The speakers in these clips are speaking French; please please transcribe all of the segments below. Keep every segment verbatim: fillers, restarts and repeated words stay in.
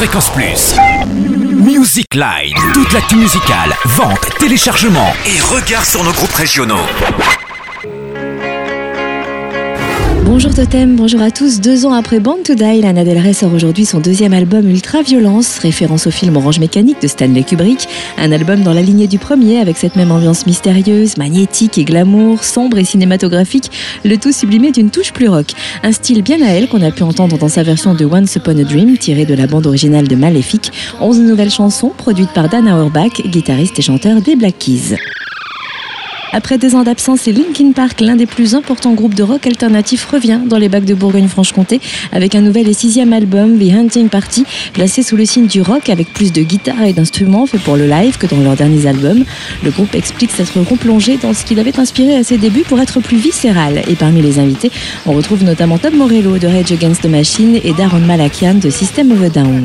Fréquence Plus. Music Line. Toute l'actu musicale, vente, téléchargement et regard sur nos groupes régionaux. Bonjour Totem, bonjour à tous. Deux ans après Born to Die, Lana Del Rey sort aujourd'hui son deuxième album Ultraviolence, référence au film Orange Mécanique de Stanley Kubrick. Un album dans la lignée du premier, avec cette même ambiance mystérieuse, magnétique et glamour, sombre et cinématographique, le tout sublimé d'une touche plus rock. Un style bien à elle qu'on a pu entendre dans sa version de Once Upon a Dream, tirée de la bande originale de Maléfique. Onze nouvelles chansons produites par Dan Auerbach, guitariste et chanteur des Black Keys. Après deux ans d'absence, c'est Linkin Park, l'un des plus importants groupes de rock alternatif, revient dans les bacs de Bourgogne-Franche-Comté avec un nouvel et sixième album, The Hunting Party, placé sous le signe du rock avec plus de guitares et d'instruments fait pour le live que dans leurs derniers albums. Le groupe explique s'être replongé dans ce qu'il avait inspiré à ses débuts pour être plus viscéral. Et parmi les invités, on retrouve notamment Tom Morello de Rage Against the Machine et Daron Malakian de System of a Down.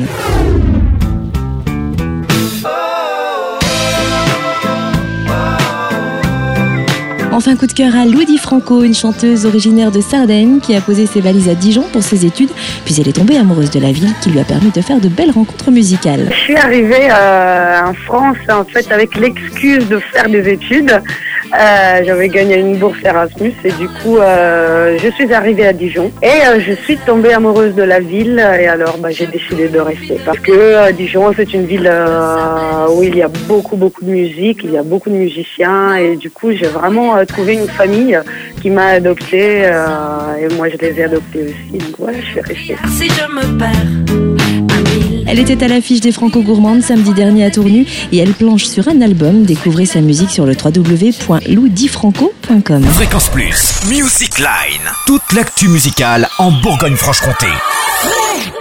Enfin, coup de cœur à Lou DiFranco, une chanteuse originaire de Sardaigne qui a posé ses valises à Dijon pour ses études, puis elle est tombée amoureuse de la ville qui lui a permis de faire de belles rencontres musicales. Je suis arrivée euh, en France en fait avec l'excuse de faire des études. Euh, j'avais gagné une bourse Erasmus et du coup euh, je suis arrivée à Dijon et euh, je suis tombée amoureuse de la ville et alors bah, j'ai décidé de rester parce que euh, Dijon c'est une ville euh, où il y a beaucoup beaucoup de musique, il y a beaucoup de musiciens et du coup j'ai vraiment euh, trouvé une famille qui m'a adoptée euh, et moi je les ai adoptés aussi, donc voilà, je suis restée. Si je me perds. Elle était à l'affiche des Franco Gourmandes samedi dernier à Tournu et elle planche sur un album. Découvrez sa musique sur le w w w point lou di franco point com. Fréquence Plus, Music Line. Toute l'actu musicale en Bourgogne-Franche-Comté.